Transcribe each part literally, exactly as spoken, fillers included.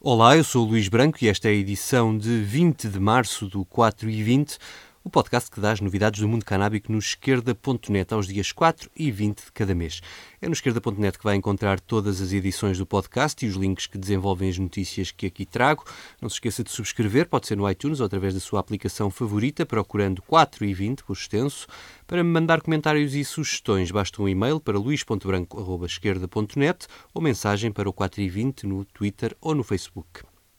Olá, eu sou o Luís Branco e esta é a edição de vinte de março do quatro e vinte, o podcast que dá as novidades do mundo canábico no esquerda ponto net aos dias quatro e vinte de cada mês. É no esquerda ponto net que vai encontrar todas as edições do podcast e os links que desenvolvem as notícias que aqui trago. Não se esqueça de subscrever, pode ser no iTunes ou através da sua aplicação favorita, procurando quatro e vinte por extenso. Para me mandar comentários e sugestões, basta um e-mail para luís ponto branco arroba esquerda ponto net ou mensagem para o quatro e vinte no Twitter ou no Facebook.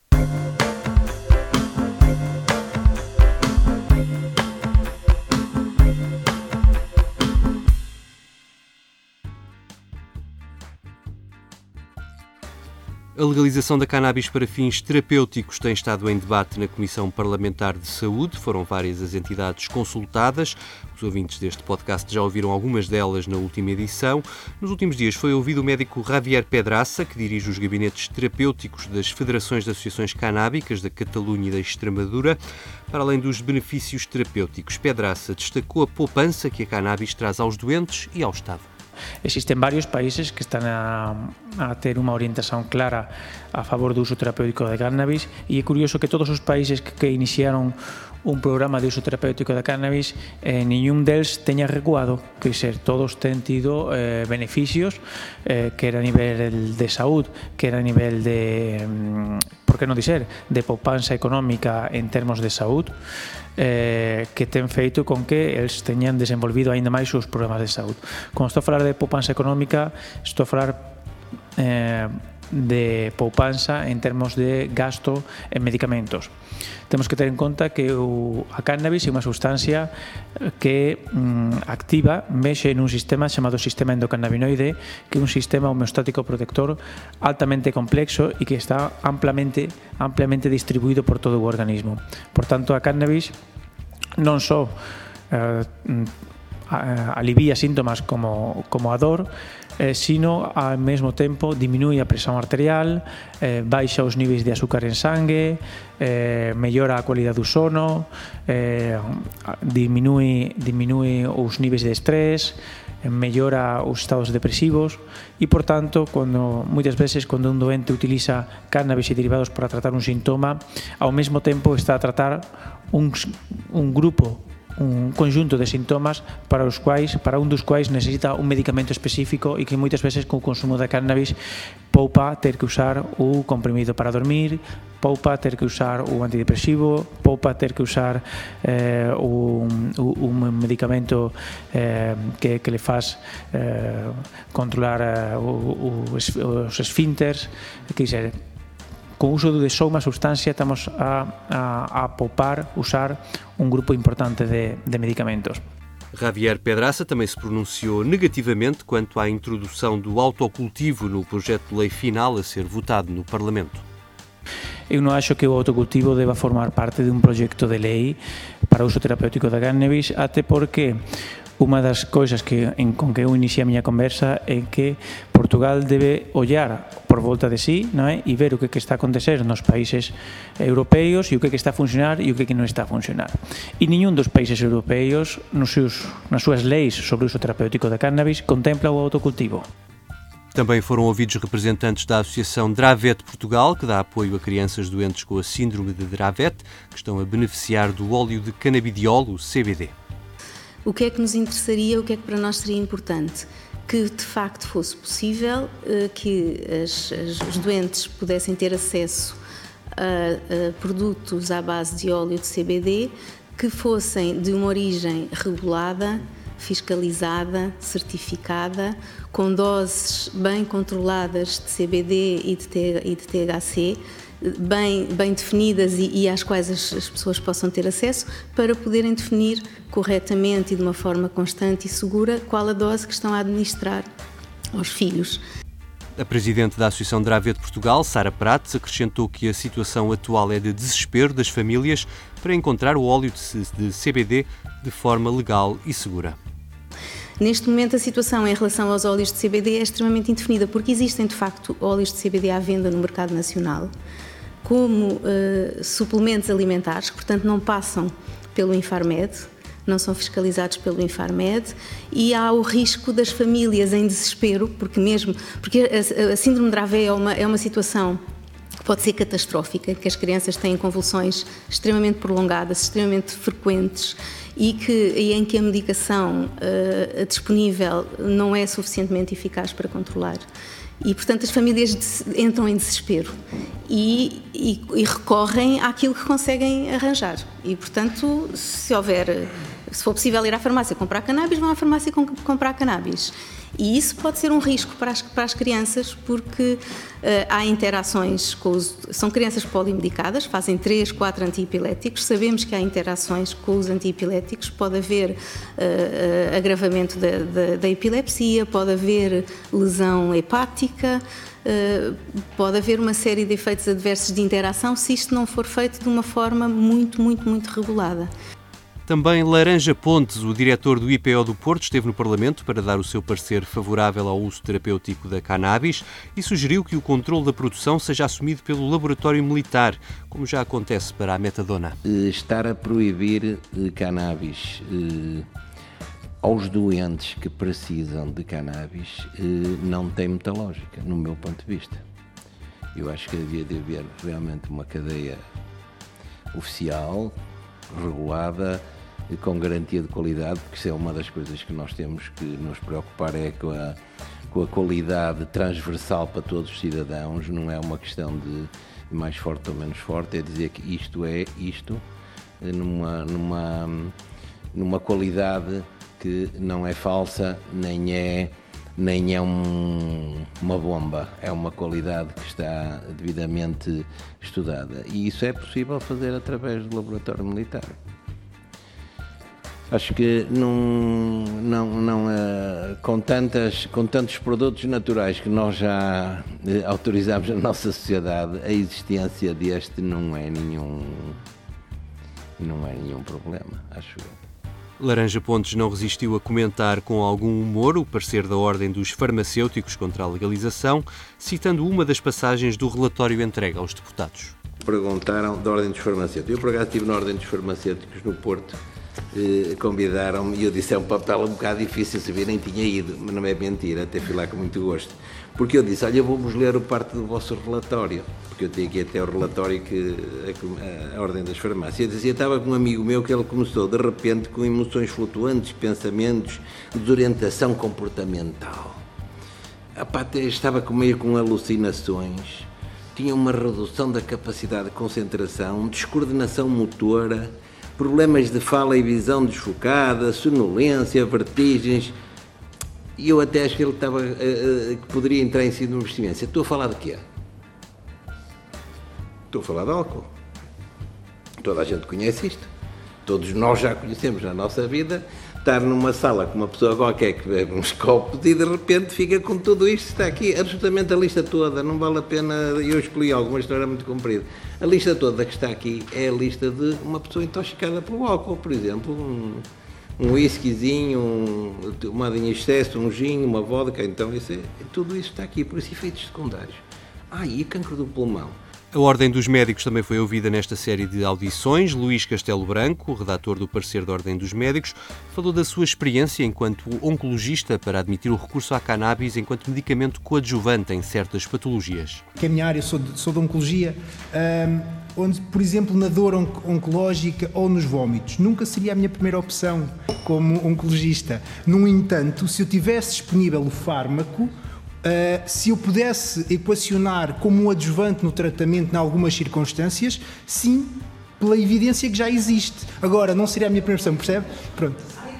A legalização da cannabis para fins terapêuticos tem estado em debate na Comissão Parlamentar de Saúde. Foram várias as entidades consultadas. Os ouvintes deste podcast já ouviram algumas delas na última edição. Nos últimos dias foi ouvido o médico Javier Pedraça, que dirige os gabinetes terapêuticos das Federações de Associações Canábicas da Catalunha e da Extremadura. Para além dos benefícios terapêuticos, Pedraça destacou a poupança que a cannabis traz aos doentes e ao Estado. Existen varios países que están a, a ter unha orientación clara a favor do uso terapéutico de cannabis e é curioso que todos os países que, que iniciaron un programa de uso terapéutico de cannabis, eh, ningún deles teña recuado, que ser, todos ten tido eh, beneficios, eh, que era a nivel de saúde, que era a nivel de, mm, por que non dizer, de poupanza económica en termos de saúde, eh, que ten feito con que eles teñan desenvolvido aínda máis os programas de saúde. Cando estou a falar de poupanza económica, estou a falar eh, de poupanza en termos de gasto en medicamentos. Temos que ter en conta que o, a cannabis é unha sustancia que mm, activa, mexe nun sistema chamado sistema endocannabinoide, que é un sistema homeostático protector altamente complexo e que está amplamente, amplamente distribuído por todo o organismo. Por tanto, a cannabis non só eh, alivia síntomas como, como a dor, eh, sino ao mesmo tempo diminúe a presión arterial, eh, baixa os níveis de azúcar en sangue, eh, mellora a cualidade do sono, eh, diminúe, diminúe os níveis de estrés, eh, mellora os estados depresivos e, por tanto, cando, moitas veces, cando un doente utiliza cannabis e derivados para tratar un sintoma, ao mesmo tempo está a tratar un, un grupo un conjunto de sintomas para os quais, para un dos quais necesita un medicamento específico e que moitas veces co consumo da cannabis poupa ter que usar o comprimido para dormir, poupa ter que usar o antidepresivo, poupa ter que usar eh, un, un medicamento eh, que, que le faz eh, controlar eh, o, o, os esfínteres, que dizer, con o uso de só unha sustancia estamos a, a, a poupar, usar un grupo importante de, de medicamentos. Javier Pedraça também se pronunciou negativamente quanto à introdução do autocultivo no projeto de lei final a ser votado no Parlamento. Eu non acho que o autocultivo deba formar parte de un proxecto de lei para o uso terapéutico da cannabis, até porque unha das cousas que, en, con que eu iniciei a miña conversa é que Portugal debe ollar por volta de sí, non é? E ver o que, que está a acontecer nos países europeos e o que, que está a funcionar e o que, que non está a funcionar. E ningún dos países europeos nos seus, nas súas leis sobre o uso terapéutico da cannabis contempla o autocultivo. Também foram ouvidos representantes da Associação Dravet Portugal, que dá apoio a crianças doentes com a síndrome de Dravet, que estão a beneficiar do óleo de canabidiol, o C B D. O que é que nos interessaria, o que é que para nós seria importante? Que de facto fosse possível que as, as, os doentes pudessem ter acesso a, a produtos à base de óleo de C B D que fossem de uma origem regulada, fiscalizada, certificada, com doses bem controladas de C B D e de, T, e de T H C, Bem, bem definidas e, e às quais as, as pessoas possam ter acesso para poderem definir corretamente e de uma forma constante e segura qual a dose que estão a administrar aos filhos. A presidente da Associação Dravet Portugal, Sara Prates, acrescentou que a situação atual é de desespero das famílias para encontrar o óleo de, de C B D de forma legal e segura. Neste momento a situação em relação aos óleos de C B D é extremamente indefinida, porque existem de facto óleos de C B D à venda no mercado nacional como uh, suplementos alimentares, que portanto não passam pelo Infarmed, não são fiscalizados pelo Infarmed, e há o risco das famílias em desespero, porque mesmo porque a, a síndrome de Dravet é uma, é uma situação pode ser catastrófica, que as crianças têm convulsões extremamente prolongadas, extremamente frequentes e, que, e em que a medicação uh, disponível não é suficientemente eficaz para controlar. E, portanto, as famílias entram em desespero e, e, e recorrem àquilo que conseguem arranjar. E, portanto, se houver, se for possível ir à farmácia comprar cannabis, vão à farmácia comprar cannabis. E isso pode ser um risco para as, para as crianças, porque uh, há interações com os... São crianças polimedicadas, fazem três, quatro antiepiléticos. Sabemos que há interações com os antiepiléticos. Pode haver uh, uh, agravamento da, da, da epilepsia, pode haver lesão hepática, uh, pode haver uma série de efeitos adversos de interação se isto não for feito de uma forma muito, muito, muito regulada. Também Laranja Pontes, o diretor do I P O do Porto, esteve no Parlamento para dar o seu parecer favorável ao uso terapêutico da cannabis e sugeriu que o controle da produção seja assumido pelo laboratório militar, como já acontece para a metadona. Estar a proibir cannabis eh, aos doentes que precisam de cannabis eh, não tem muita lógica, no meu ponto de vista. Eu acho que havia de haver realmente uma cadeia oficial, regulada, com garantia de qualidade, porque isso é uma das coisas que nós temos que nos preocupar, é com a, com a qualidade transversal para todos os cidadãos. Não é uma questão de mais forte ou menos forte, é dizer que isto é isto, numa, numa, numa qualidade que não é falsa, nem é, nem é um, uma bomba, é uma qualidade que está devidamente estudada. E isso é possível fazer através do laboratório militar. Acho que não, não, não, uh, com, tantas, com tantos produtos naturais que nós já uh, autorizamos na nossa sociedade, a existência deste não é nenhum, não é nenhum problema, acho eu. Laranja Pontes não resistiu a comentar com algum humor o parecer da Ordem dos Farmacêuticos contra a legalização, citando uma das passagens do relatório entregue aos deputados. Perguntaram da Ordem dos Farmacêuticos. Eu, por acaso, estive na Ordem dos Farmacêuticos no Porto. Eh, convidaram-me e eu disse, é um papel um bocado difícil de saber, nem tinha ido, mas não é mentira, até fui lá com muito gosto, porque eu disse, olha, vou-vos ler o parte do vosso relatório, porque eu tenho aqui até o relatório que a, a Ordem das Farmácias. Eu dizia, estava com um amigo meu que ele começou de repente com emoções flutuantes, pensamentos, desorientação comportamental, até estava meio com alucinações, tinha uma redução da capacidade de concentração, descoordenação motora, problemas de fala e visão desfocada, sonolência, vertigens. E eu até acho que ele estava, uh, uh, que poderia entrar em síndrome de abstinência. Estou a falar de quê? Estou a falar de álcool. Toda a gente conhece isto. Todos nós já conhecemos na nossa vida estar numa sala com uma pessoa qualquer que bebe uns copos e de repente fica com tudo isto. Está aqui absolutamente a lista toda. Não vale a pena eu escolhi alguma história muito comprida. A lista toda que está aqui é a lista de uma pessoa intoxicada pelo álcool, por exemplo, um, um whiskyzinho, um, uma de excesso, um gin, uma vodka, então isso é, tudo isso está aqui, por isso efeitos secundários. Ah, e cancro do pulmão. A Ordem dos Médicos também foi ouvida nesta série de audições. Luís Castelo Branco, redator do parecer da Ordem dos Médicos, falou da sua experiência enquanto oncologista para admitir o recurso à cannabis enquanto medicamento coadjuvante em certas patologias. Que é a minha área, sou de, sou de oncologia, um, onde, por exemplo, na dor oncológica ou nos vômitos, nunca seria a minha primeira opção como oncologista. No entanto, se eu tivesse disponível o fármaco, Uh, se eu pudesse equacionar como um adjuvante no tratamento em algumas circunstâncias, sim, pela evidência que já existe. Agora, não seria a minha primeira opção, percebe? Pronto.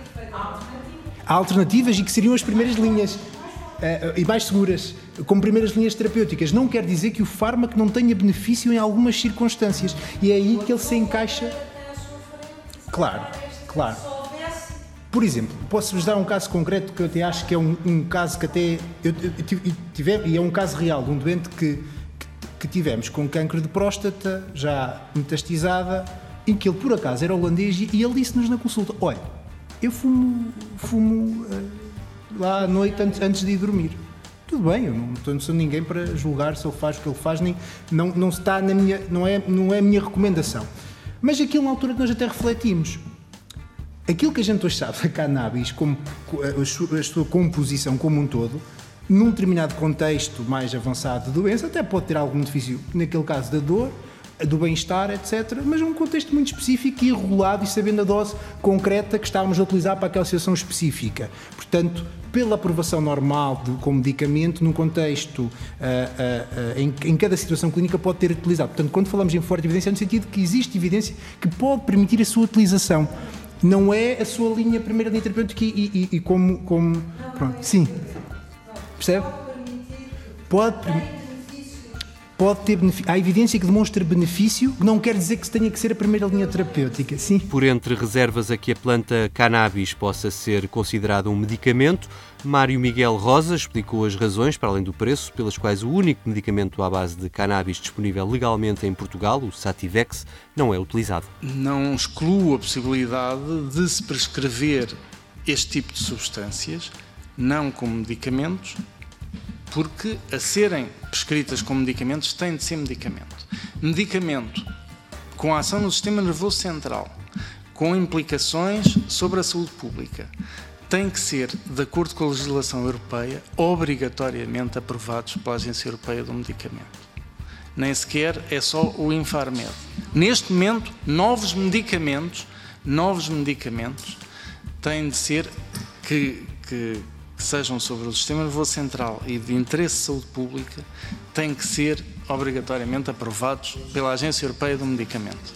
Há alternativas e que seriam as primeiras linhas, uh, e mais seguras, como primeiras linhas terapêuticas. Não quer dizer que o fármaco não tenha benefício em algumas circunstâncias. E é aí que ele se encaixa. Claro, claro. Por exemplo, posso-vos dar um caso concreto que eu até acho que é um, um caso que até eu, eu tive, e é um caso real de um doente que, que, que tivemos com cancro de próstata, já metastizada, em que ele por acaso era holandês e ele disse-nos na consulta, olha, eu fumo, fumo uh, lá à noite antes, antes de ir dormir. Tudo bem, eu não, não sou ninguém para julgar se ele faz o que ele faz, nem, não, não, está na minha, não, é, não é a minha recomendação. Mas aquilo na altura que nós até refletimos, aquilo que a gente hoje sabe da cannabis, como a sua, a sua composição como um todo, num determinado contexto mais avançado de doença, até pode ter algum benefício, naquele caso da dor, do bem-estar, etcétera, mas num contexto muito específico e regulado e sabendo a dose concreta que estávamos a utilizar para aquela situação específica. Portanto, pela aprovação normal do, como medicamento, num contexto, uh, uh, uh, em, em cada situação clínica pode ter utilizado. Portanto, quando falamos em forte evidência, é no sentido que existe evidência que pode permitir a sua utilização. Não é a sua linha, a primeira linha terapêutica e, e, e como... como pronto. Sim. Percebe? Pode permitir. Pode ter benefício. Há evidência que demonstra benefício, que não quer dizer que tenha que ser a primeira linha terapêutica. Sim. Por entre reservas a que a planta cannabis possa ser considerada um medicamento, Mário Miguel Rosa explicou as razões, para além do preço, pelas quais o único medicamento à base de cannabis disponível legalmente em Portugal, o Sativex, não é utilizado. Não excluo a possibilidade de se prescrever este tipo de substâncias, não como medicamentos, porque a serem prescritas como medicamentos têm de ser medicamento. Medicamento com ação no sistema nervoso central, com implicações sobre a saúde pública, tem que ser, de acordo com a legislação europeia, obrigatoriamente aprovados pela Agência Europeia do Medicamento. Nem sequer é só o Infarmed. Neste momento, novos medicamentos, novos medicamentos têm de ser que... que que sejam sobre o sistema nervoso central e de interesse de saúde pública, têm que ser obrigatoriamente aprovados pela Agência Europeia do Medicamento.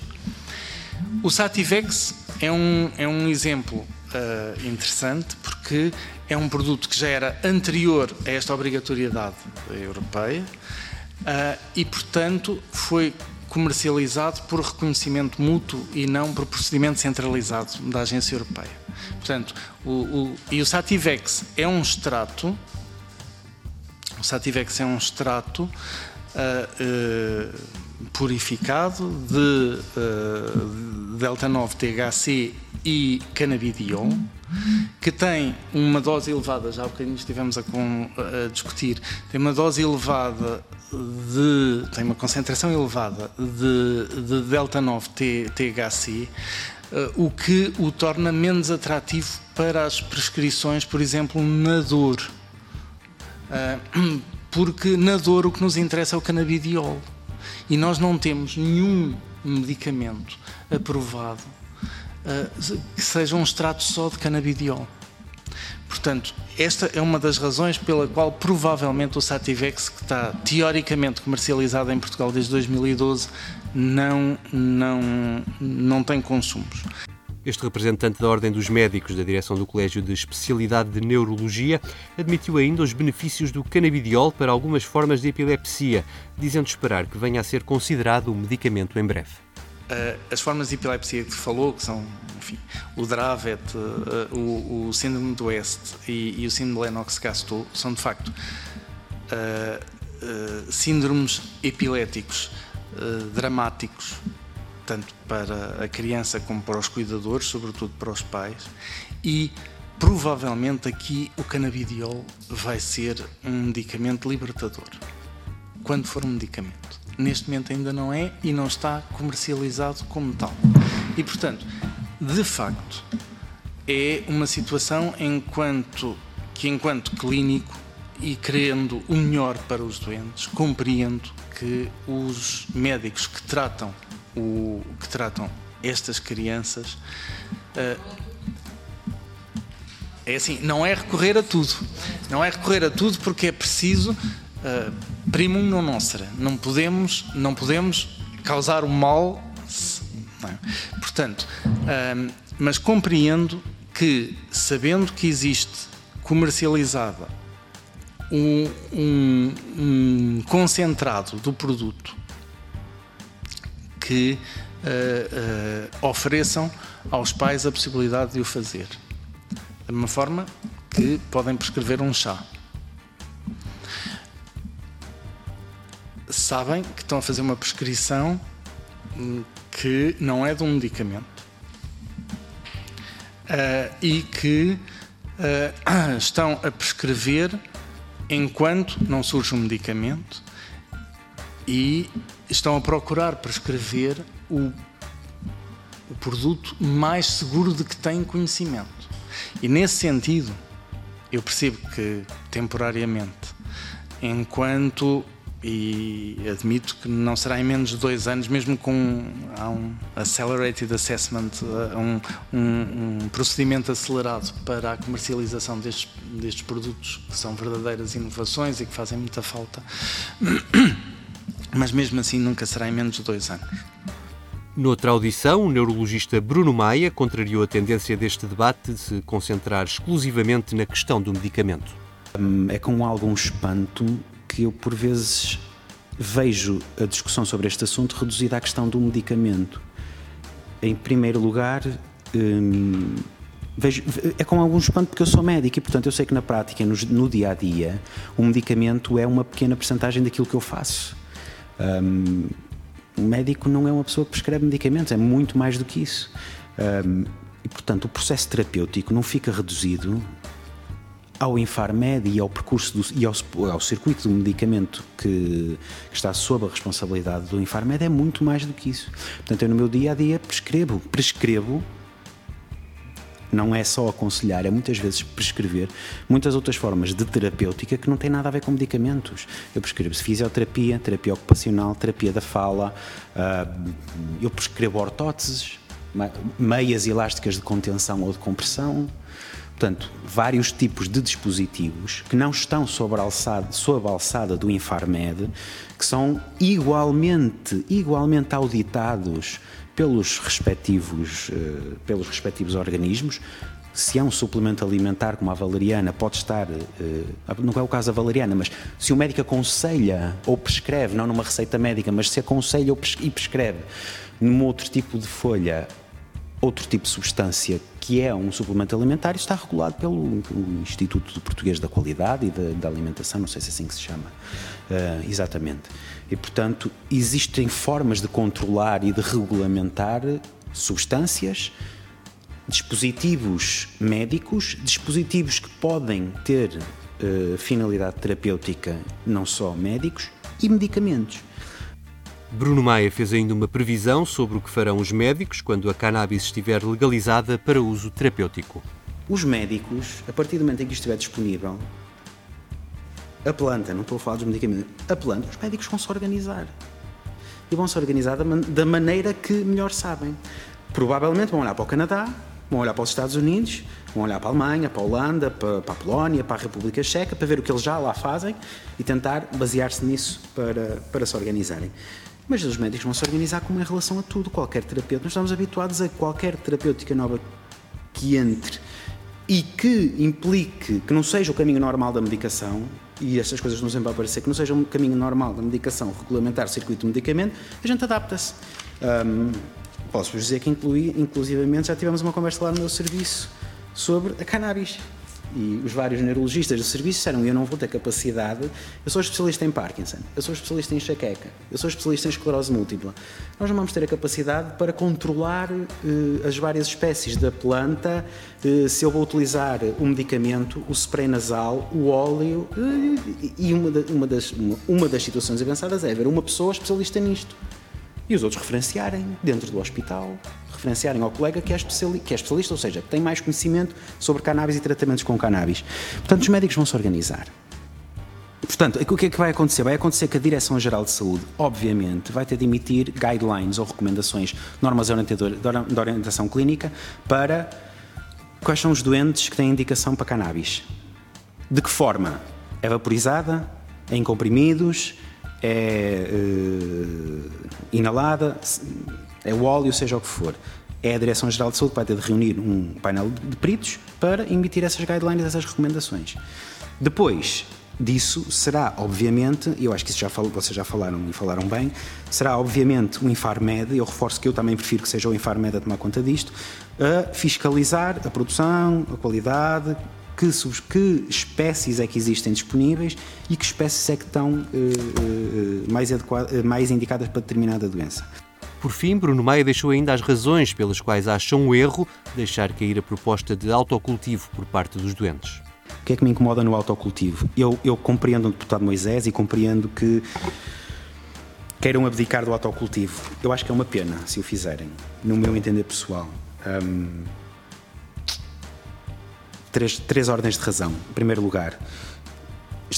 O Sativex é um, é um exemplo uh, interessante, porque é um produto que já era anterior a esta obrigatoriedade europeia uh, e, portanto, foi comercializado por reconhecimento mútuo e não por procedimento centralizado da Agência Europeia. Portanto, o, o, e o Sativex é um extrato, o Sativex é um extrato uh, uh, purificado de uh, delta nove T H C e canabidiol, que tem uma dose elevada, já há bocadinho estivemos a, com, a discutir, tem uma dose elevada de, tem uma concentração elevada de, de delta nove T H C, uh, o que o torna menos atrativo para as prescrições, por exemplo, na dor. Uh, porque na dor o que nos interessa é o canabidiol. E nós não temos nenhum medicamento aprovado uh, que seja um extrato só de canabidiol. Portanto, esta é uma das razões pela qual provavelmente o Sativex, que está teoricamente comercializado em Portugal desde dois mil e doze, não, não, não tem consumos. Este representante da Ordem dos Médicos da direção do Colégio de Especialidade de Neurologia admitiu ainda os benefícios do canabidiol para algumas formas de epilepsia, dizendo esperar que venha a ser considerado um medicamento em breve. As formas de epilepsia que falou, que são, enfim, o Dravet, o, o síndrome do West e, e o síndrome de Lennox-Gastaut, são de facto uh, uh, síndromes epiléticos uh, dramáticos, tanto para a criança como para os cuidadores, sobretudo para os pais, e provavelmente aqui o canabidiol vai ser um medicamento libertador, quando for um medicamento. Neste momento ainda não é e não está comercializado como tal. E, portanto, de facto, é uma situação enquanto, que, enquanto clínico e querendo o melhor para os doentes, compreendo que os médicos que tratam, o, que tratam estas crianças, uh, é assim, não é recorrer a tudo. Não é recorrer a tudo porque é preciso... Uh, primum non nocere, não podemos, não podemos causar o mal, não é? Portanto, uh, mas compreendo que, sabendo que existe comercializada um, um, um concentrado do produto que uh, uh, ofereçam aos pais a possibilidade de o fazer, de uma forma que podem prescrever um chá. Sabem que estão a fazer uma prescrição que não é de um medicamento uh, e que uh, estão a prescrever enquanto não surge um medicamento e estão a procurar prescrever o, o produto mais seguro de que têm conhecimento. E nesse sentido, eu percebo que temporariamente. Enquanto, e admito que não será em menos de dois anos, mesmo com há um accelerated assessment, um, um, um procedimento acelerado para a comercialização destes, destes produtos que são verdadeiras inovações e que fazem muita falta, mas mesmo assim nunca será em menos de dois anos. Noutra audição, o neurologista Bruno Maia contrariou a tendência deste debate de se concentrar exclusivamente na questão do medicamento. É com algum espanto que eu, por vezes, vejo a discussão sobre este assunto reduzida à questão do medicamento. Em primeiro lugar, hum, vejo, é com algum espanto porque eu sou médico e, portanto, eu sei que na prática, no, no dia a dia, o medicamento é uma pequena percentagem daquilo que eu faço. Hum, o médico não é uma pessoa que prescreve medicamentos, é muito mais do que isso. Hum, e, portanto, o processo terapêutico não fica reduzido ao Infarmed e ao percurso do, e ao, ao circuito do medicamento que, que está sob a responsabilidade do Infarmed, é muito mais do que isso. Portanto, eu no meu dia a dia prescrevo, prescrevo, não é só aconselhar, é muitas vezes prescrever muitas outras formas de terapêutica que não têm nada a ver com medicamentos. Eu prescrevo fisioterapia, terapia ocupacional, terapia da fala, uh, eu prescrevo ortóteses, meias elásticas de contenção ou de compressão. Portanto, vários tipos de dispositivos que não estão sob a alçada, sob a alçada do Infarmed, que são igualmente, igualmente auditados pelos respectivos, uh, pelos respectivos organismos. Se é um suplemento alimentar como a valeriana, pode estar, uh, não é o caso da valeriana, mas se o médico aconselha ou prescreve, não numa receita médica, mas se aconselha e prescreve num outro tipo de folha, outro tipo de substância que é um suplemento alimentar, está regulado pelo, pelo Instituto Português da Qualidade e da, da Alimentação, não sei se é assim que se chama, uh, exatamente. E, portanto, existem formas de controlar e de regulamentar substâncias, dispositivos médicos, dispositivos que podem ter uh, finalidade terapêutica, não só médicos, e medicamentos. Bruno Maia fez ainda uma previsão sobre o que farão os médicos quando a cannabis estiver legalizada para uso terapêutico. Os médicos, a partir do momento em que isto estiver disponível, a planta, não estou a falar dos medicamentos, a planta, os médicos vão se organizar. E vão se organizar da, man- da maneira que melhor sabem. Provavelmente vão olhar para o Canadá, vão olhar para os Estados Unidos, vão olhar para a Alemanha, para a Holanda, para, para a Polónia, para a República Checa, para ver o que eles já lá fazem e tentar basear-se nisso para, para se organizarem. Mas os médicos vão se organizar como em relação a tudo, qualquer terapeuta. Nós estamos habituados a qualquer terapêutica nova que entre e que implique que não seja o caminho normal da medicação, e estas coisas não sempre aparecer, que não seja o caminho normal da medicação, regulamentar o circuito de medicamento, a gente adapta-se. Um, posso-vos dizer que, inclui, inclusivamente, já tivemos uma conversa lá no meu serviço sobre a cannabis. E os vários neurologistas do serviço disseram: eu não vou ter capacidade, eu sou especialista em Parkinson, eu sou especialista em enxaqueca, eu sou especialista em esclerose múltipla. Nós não vamos ter a capacidade para controlar uh, as várias espécies da planta, uh, se eu vou utilizar o medicamento, o spray nasal, o óleo, uh, e uma, da, uma, das, uma, uma das situações avançadas é haver uma pessoa especialista nisto. E os outros referenciarem dentro do hospital, referenciarem ao colega que é, especiali- que é especialista, ou seja, que tem mais conhecimento sobre cannabis e tratamentos com cannabis. Portanto, os médicos vão se organizar. Portanto, o que é que vai acontecer? Vai acontecer que a Direção-Geral de Saúde, obviamente, vai ter de emitir guidelines ou recomendações, normas de orientação clínica para quais são os doentes que têm indicação para cannabis. De que forma? É vaporizada? É em comprimidos? É uh, inalada, é o óleo, seja o que for. É a Direção-Geral de Saúde que vai ter de reunir um painel de peritos para emitir essas guidelines, essas recomendações. Depois disso, será, obviamente, e eu acho que isso já falo, vocês já falaram e falaram bem, será, obviamente, o Infarmed, eu reforço que eu também prefiro que seja o Infarmed a tomar conta disto, a fiscalizar a produção, a qualidade, Que, que espécies é que existem disponíveis e que espécies é que estão uh, uh, mais, adequadas, mais indicadas para determinada doença. Por fim, Bruno Maia deixou ainda as razões pelas quais acham um erro deixar cair a proposta de autocultivo por parte dos doentes. O que é que me incomoda no autocultivo? Eu, eu compreendo o deputado Moisés e compreendo que queiram abdicar do autocultivo. Eu acho que é uma pena se o fizerem, no meu entender pessoal. Um, Três, três ordens de razão. Em primeiro lugar,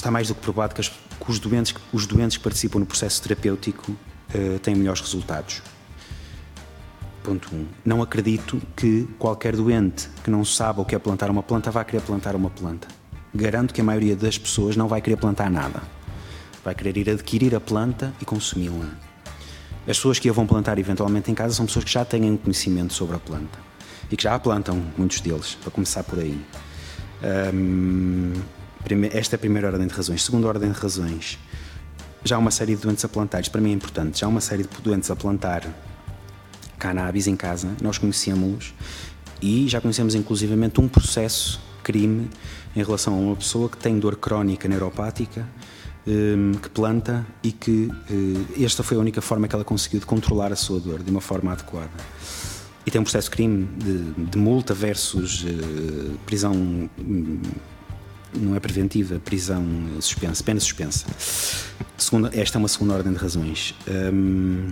está mais do que provado que, as, que os, doentes, os doentes que participam no processo terapêutico uh, têm melhores resultados. Ponto um. Não acredito que qualquer doente que não saiba o que é plantar uma planta vá querer plantar uma planta. Garanto que a maioria das pessoas não vai querer plantar nada. Vai querer ir adquirir a planta e consumi-la. As pessoas que a vão plantar eventualmente em casa são pessoas que já têm conhecimento sobre a planta e que já a plantam, muitos deles, para começar por aí. Hum, esta é a primeira ordem de razões. Segunda ordem de razões, já há uma série de doentes a plantar, isto para mim é importante, já há uma série de doentes a plantar cannabis em casa, nós conhecemos-los e já conhecemos inclusivamente um processo crime em relação a uma pessoa que tem dor crónica neuropática, um, que planta e que uh, esta foi a única forma que ela conseguiu de controlar a sua dor de uma forma adequada. E tem um processo crime de, de multa versus uh, prisão, um, não é preventiva, prisão suspensa, pena suspensa. Segunda, esta é uma segunda ordem de razões. Um,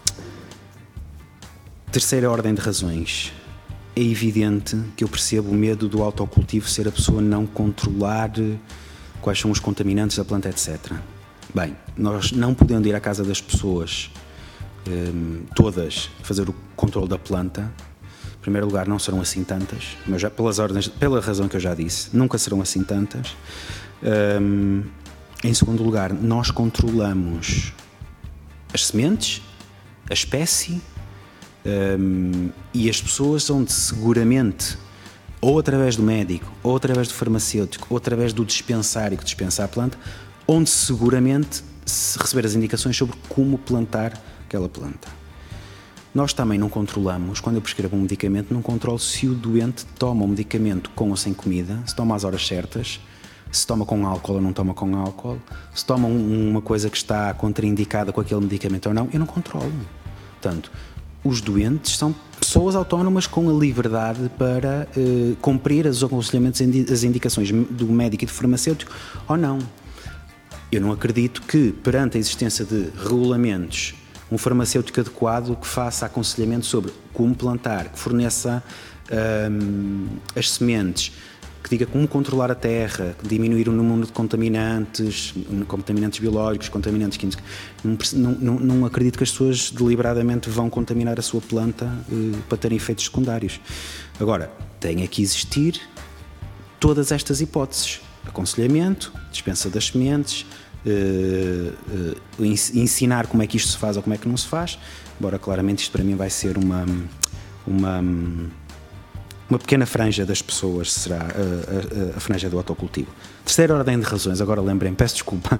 terceira ordem de razões. É evidente que eu percebo o medo do autocultivo ser a pessoa não controlar quais são os contaminantes da planta, etcétera. Bem, nós não podendo ir à casa das pessoas um, todas fazer o controle da planta, em primeiro lugar não serão assim tantas, mas já pelas ordens, pela razão que eu já disse, nunca serão assim tantas. Um, em segundo lugar, nós controlamos as sementes, a espécie, Um, e as pessoas onde seguramente, ou através do médico, ou através do farmacêutico, ou através do dispensário que dispensa a planta, onde seguramente se receber as indicações sobre como plantar aquela planta. Nós também não controlamos, quando eu prescrevo um medicamento, não controlo se o doente toma o medicamento com ou sem comida, se toma às horas certas, se toma com álcool ou não toma com álcool, se toma um, uma coisa que está contraindicada com aquele medicamento ou não, eu não controlo. Portanto, os doentes são pessoas autónomas com a liberdade para uh, cumprir os aconselhamentos, as indicações do médico e do farmacêutico ou não. Eu não acredito que, perante a existência de regulamentos, um farmacêutico adequado que faça aconselhamento sobre como plantar, que forneça um, as sementes, que diga como controlar a terra, diminuir o número de contaminantes, contaminantes biológicos, contaminantes químicos. Não, não, não acredito que as pessoas deliberadamente vão contaminar a sua planta eh, para terem efeitos secundários. Agora, tem que existir todas estas hipóteses. Aconselhamento, dispensa das sementes, eh, eh, ensinar como é que isto se faz ou como é que não se faz, embora claramente isto para mim vai ser uma... uma Uma pequena franja das pessoas será a, a, a franja do autocultivo. Terceira ordem de razões, agora lembrem, peço desculpa.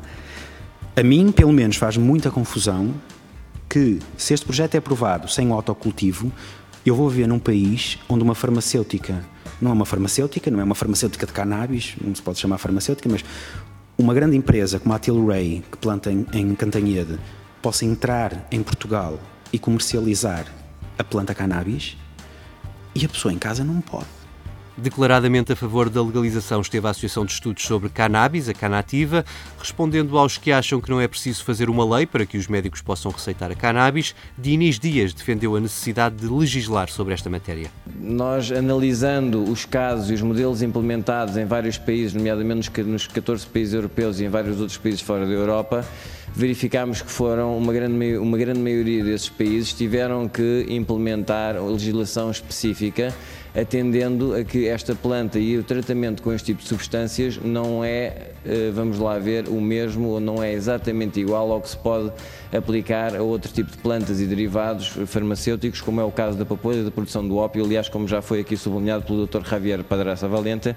A mim, pelo menos, faz muita confusão que, se este projeto é aprovado sem o autocultivo, eu vou viver num país onde uma farmacêutica, não é uma farmacêutica, não é uma farmacêutica de cannabis, não se pode chamar farmacêutica, mas uma grande empresa como a Tilray, que planta em, em Cantanhede, possa entrar em Portugal e comercializar a planta cannabis, e a pessoa em casa não pode. Declaradamente a favor da legalização esteve a Associação de Estudos sobre Cannabis, a Canativa, respondendo aos que acham que não é preciso fazer uma lei para que os médicos possam receitar a cannabis. Diniz Dias defendeu a necessidade de legislar sobre esta matéria. Nós, analisando os casos e os modelos implementados em vários países, nomeadamente nos catorze países europeus e em vários outros países fora da Europa, verificámos que foram uma grande, uma grande maioria desses países tiveram que implementar legislação específica, atendendo a que esta planta e o tratamento com este tipo de substâncias não é, vamos lá ver, o mesmo ou não é exatamente igual ao que se pode aplicar a outro tipo de plantas e derivados farmacêuticos, como é o caso da papoula e da produção do ópio, aliás, como já foi aqui sublinhado pelo doutor Javier Padraça Valente,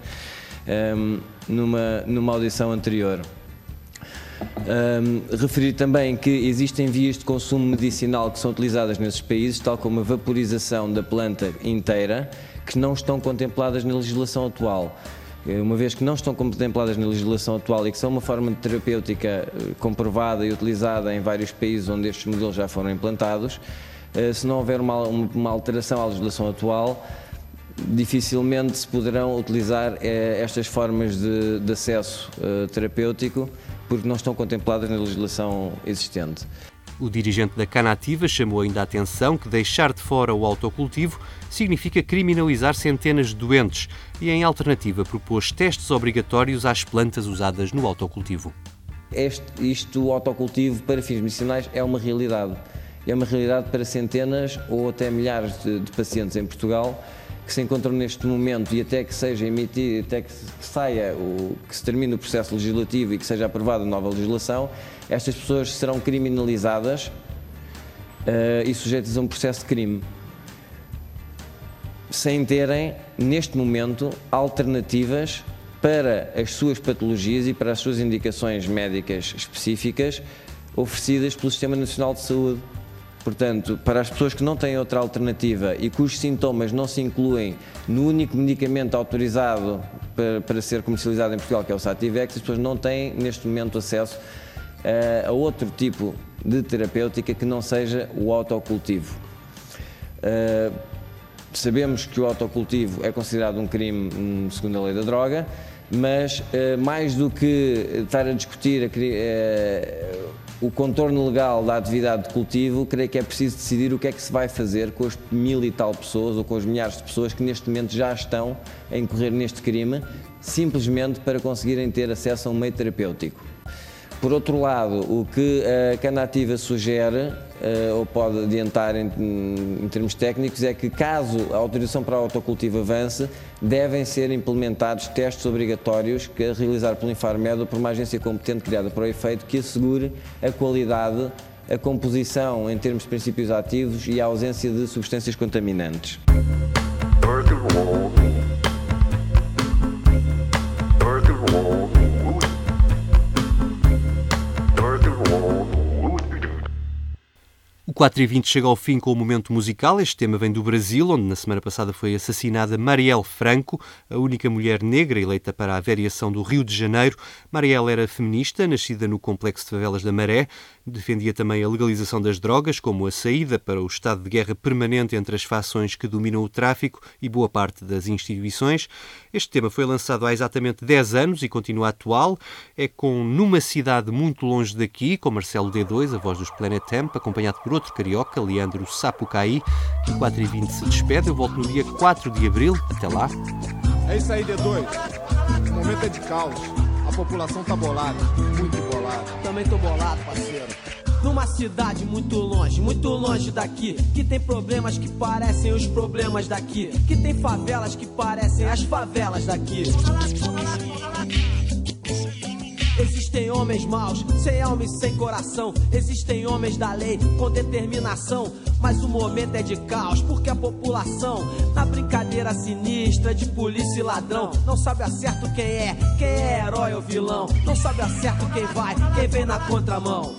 numa, numa audição anterior. Um, referir também que existem vias de consumo medicinal que são utilizadas nesses países, tal como a vaporização da planta inteira, que não estão contempladas na legislação atual. Uma vez que não estão contempladas na legislação atual e que são uma forma de terapêutica comprovada e utilizada em vários países onde estes modelos já foram implantados, se não houver uma, uma alteração à legislação atual, dificilmente se poderão utilizar eh, estas formas de, de acesso eh, terapêutico, porque não estão contempladas na legislação existente. O dirigente da Canativa chamou ainda a atenção que deixar de fora o autocultivo significa criminalizar centenas de doentes e, em alternativa, propôs testes obrigatórios às plantas usadas no autocultivo. Este, isto, o autocultivo para fins medicinais, é uma realidade. É uma realidade para centenas ou até milhares de, de pacientes em Portugal que se encontram neste momento, e até que seja emitido, até que saia, o, que se termine o processo legislativo e que seja aprovada a nova legislação, estas pessoas serão criminalizadas uh, e sujeitas a um processo de crime, sem terem, neste momento, alternativas para as suas patologias e para as suas indicações médicas específicas oferecidas pelo Sistema Nacional de Saúde. Portanto, para as pessoas que não têm outra alternativa e cujos sintomas não se incluem no único medicamento autorizado para, para ser comercializado em Portugal, que é o Sativex, as pessoas não têm, neste momento, acesso uh, a outro tipo de terapêutica que não seja o autocultivo. Uh, sabemos que o autocultivo é considerado um crime um, segundo a lei da droga, mas uh, mais do que estar a discutir a, uh, o contorno legal da atividade de cultivo, creio que é preciso decidir o que é que se vai fazer com as mil e tal pessoas ou com as milhares de pessoas que neste momento já estão a incorrer neste crime, simplesmente para conseguirem ter acesso a um meio terapêutico. Por outro lado, o que a Canativa sugere, ou pode adiantar em, em termos técnicos, é que caso a autorização para o autocultivo avance, devem ser implementados testes obrigatórios que a realizar pelo Infarmed ou por uma agência competente criada para o efeito que assegure a qualidade, a composição em termos de princípios ativos e a ausência de substâncias contaminantes. O quatro e vinte chega ao fim com o momento musical. Este tema vem do Brasil, onde na semana passada foi assassinada Marielle Franco, a única mulher negra eleita para a vereação do Rio de Janeiro. Marielle era feminista, nascida no complexo de favelas da Maré, defendia também a legalização das drogas, como a saída para o estado de guerra permanente entre as fações que dominam o tráfico e boa parte das instituições. Este tema foi lançado há exatamente dez anos e continua atual. É com Numa Cidade Muito Longe Daqui, com Marcelo D dois, a voz dos Planet Hemp, acompanhado por outro carioca, Leandro Sapucaí, que o quatro e vinte se despede. Eu volto no dia quatro de abril. Até lá. É isso aí, D dois. O momento é de caos. A população tá bolada, muito bolada. Também tô bolado, parceiro. Numa cidade muito longe, muito longe daqui, que tem problemas que parecem os problemas daqui, que tem favelas que parecem as favelas daqui. Existem homens maus, sem alma e sem coração. Existem homens da lei, com determinação. Mas o momento é de caos, porque a população, na brincadeira sinistra de polícia e ladrão, não sabe a certo quem é, quem é herói ou vilão. Não sabe a certo quem vai, quem vem na contramão.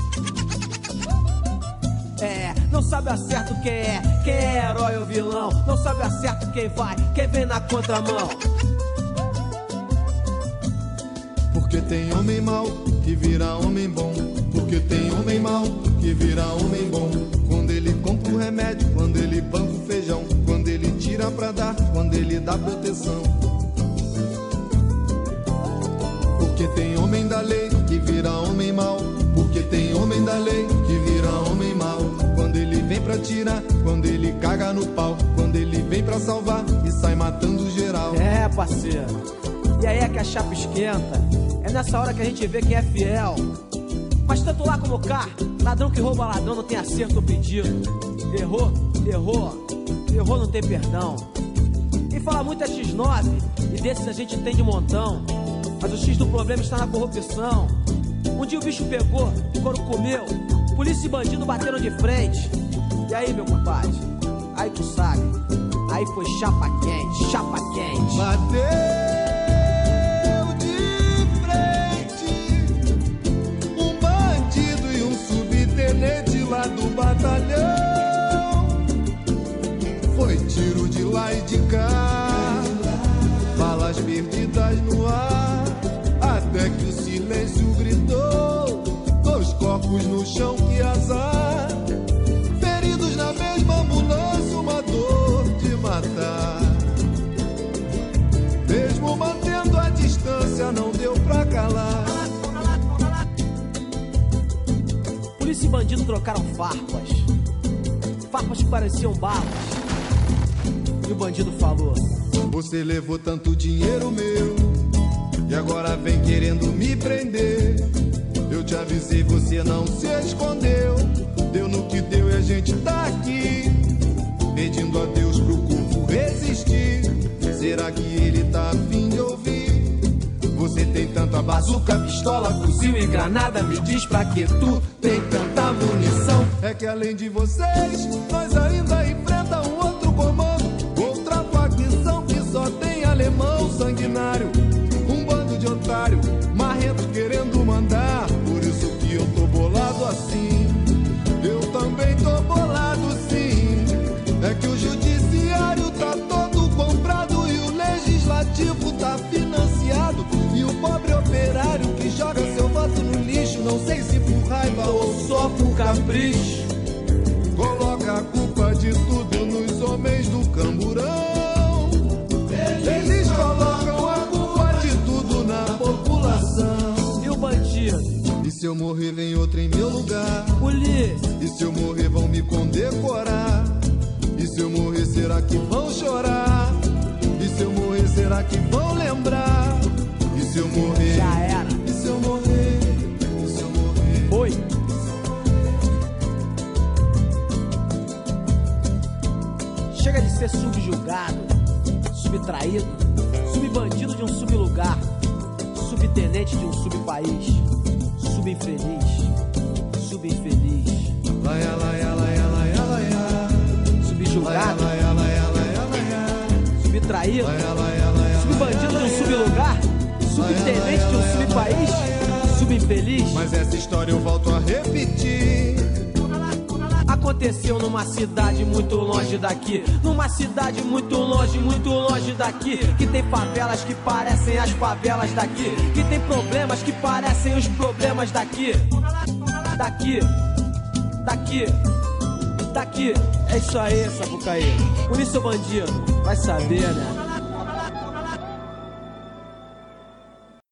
É, não sabe a certo quem é, quem é herói ou vilão. Não sabe a certo quem vai, quem vem na contramão. Porque tem homem mau que vira homem bom. Porque tem homem mau que vira homem bom. Quando ele compra o remédio, quando ele banca o feijão, quando ele tira pra dar, quando ele dá proteção. Porque tem homem da lei que vira homem mau. Porque tem homem da lei que vira homem mau. Quando ele vem pra tirar, quando ele caga no pau, quando ele vem pra salvar e sai matando geral. É, parceiro, e aí é que a chapa esquenta. É nessa hora que a gente vê quem é fiel. Mas tanto lá como cá, ladrão que rouba ladrão não tem acerto ou pedido. Errou, errou, errou não tem perdão. Quem fala muito é xis nove, e desses a gente tem de montão. Mas o X do problema está na corrupção. Um dia o bicho pegou, o couro comeu, polícia e bandido bateram de frente. E aí, meu compadre? Aí tu sabe, aí foi chapa quente, chapa quente. Bateu! Lá do batalhão foi tiro de lá e de cá, balas perdidas no ar, até que o silêncio gritou, dois corpos no chão, que azar, feridos na mesma ambulância, uma dor de matar. Mesmo mantendo a distância, não deu pra calar. Polícia e bandido trocaram farpas, farpas que pareciam balas. E o bandido falou: você levou tanto dinheiro meu e agora vem querendo me prender. Eu te avisei, você não se escondeu. Deu no que deu e a gente tá aqui, pedindo a Deus pro corpo resistir. Será que ele tá a fim de ouvir? Você tem tanta bazuca, pistola, fuzil e granada. Me diz pra que tu tem tanta munição. É que além de vocês, nós ainda enfrenta um outro comando, outra facção que só tem alemão sanguinário. Um bando de otário, marrento querendo mandar. Por isso que eu tô bolado assim. Eu também tô bolado sim. É que o judiciário tá todo comprado e o legislativo tá financiado. E o pobre operário que joga seu voto no lixo, não sei se por raiva ou só por capricho, coloca a culpa de tudo nos homens do camburão. Eles colocam a culpa de tudo na população. E o bandido? E se eu morrer vem outro em meu lugar? Polícia. E se eu morrer vão me condecorar? E se eu morrer será que vão chorar? E se eu morrer será que vão lembrar? E se eu morrer? Já era. E se eu morrer? E se eu morrer? Foi. Chega de ser subjugado, subtraído, subbandido de um sublugar, subtenente de um subpaís, subinfeliz, subinfeliz. Laia, laia, laia, laia, laia. Subjugado, Laia, laia, laia, laia. subtraído, Laia, laia, laia, subbandido de um sublugar, subtenente de um subpaís, subinfeliz. mas essa história eu volto a repetir. Aconteceu numa cidade muito longe daqui, numa cidade muito longe, muito longe daqui, que tem favelas que parecem as favelas daqui, que tem problemas que parecem os problemas daqui, daqui, daqui, daqui. É isso aí, Sapucaí. Por isso, bandido, vai saber, né?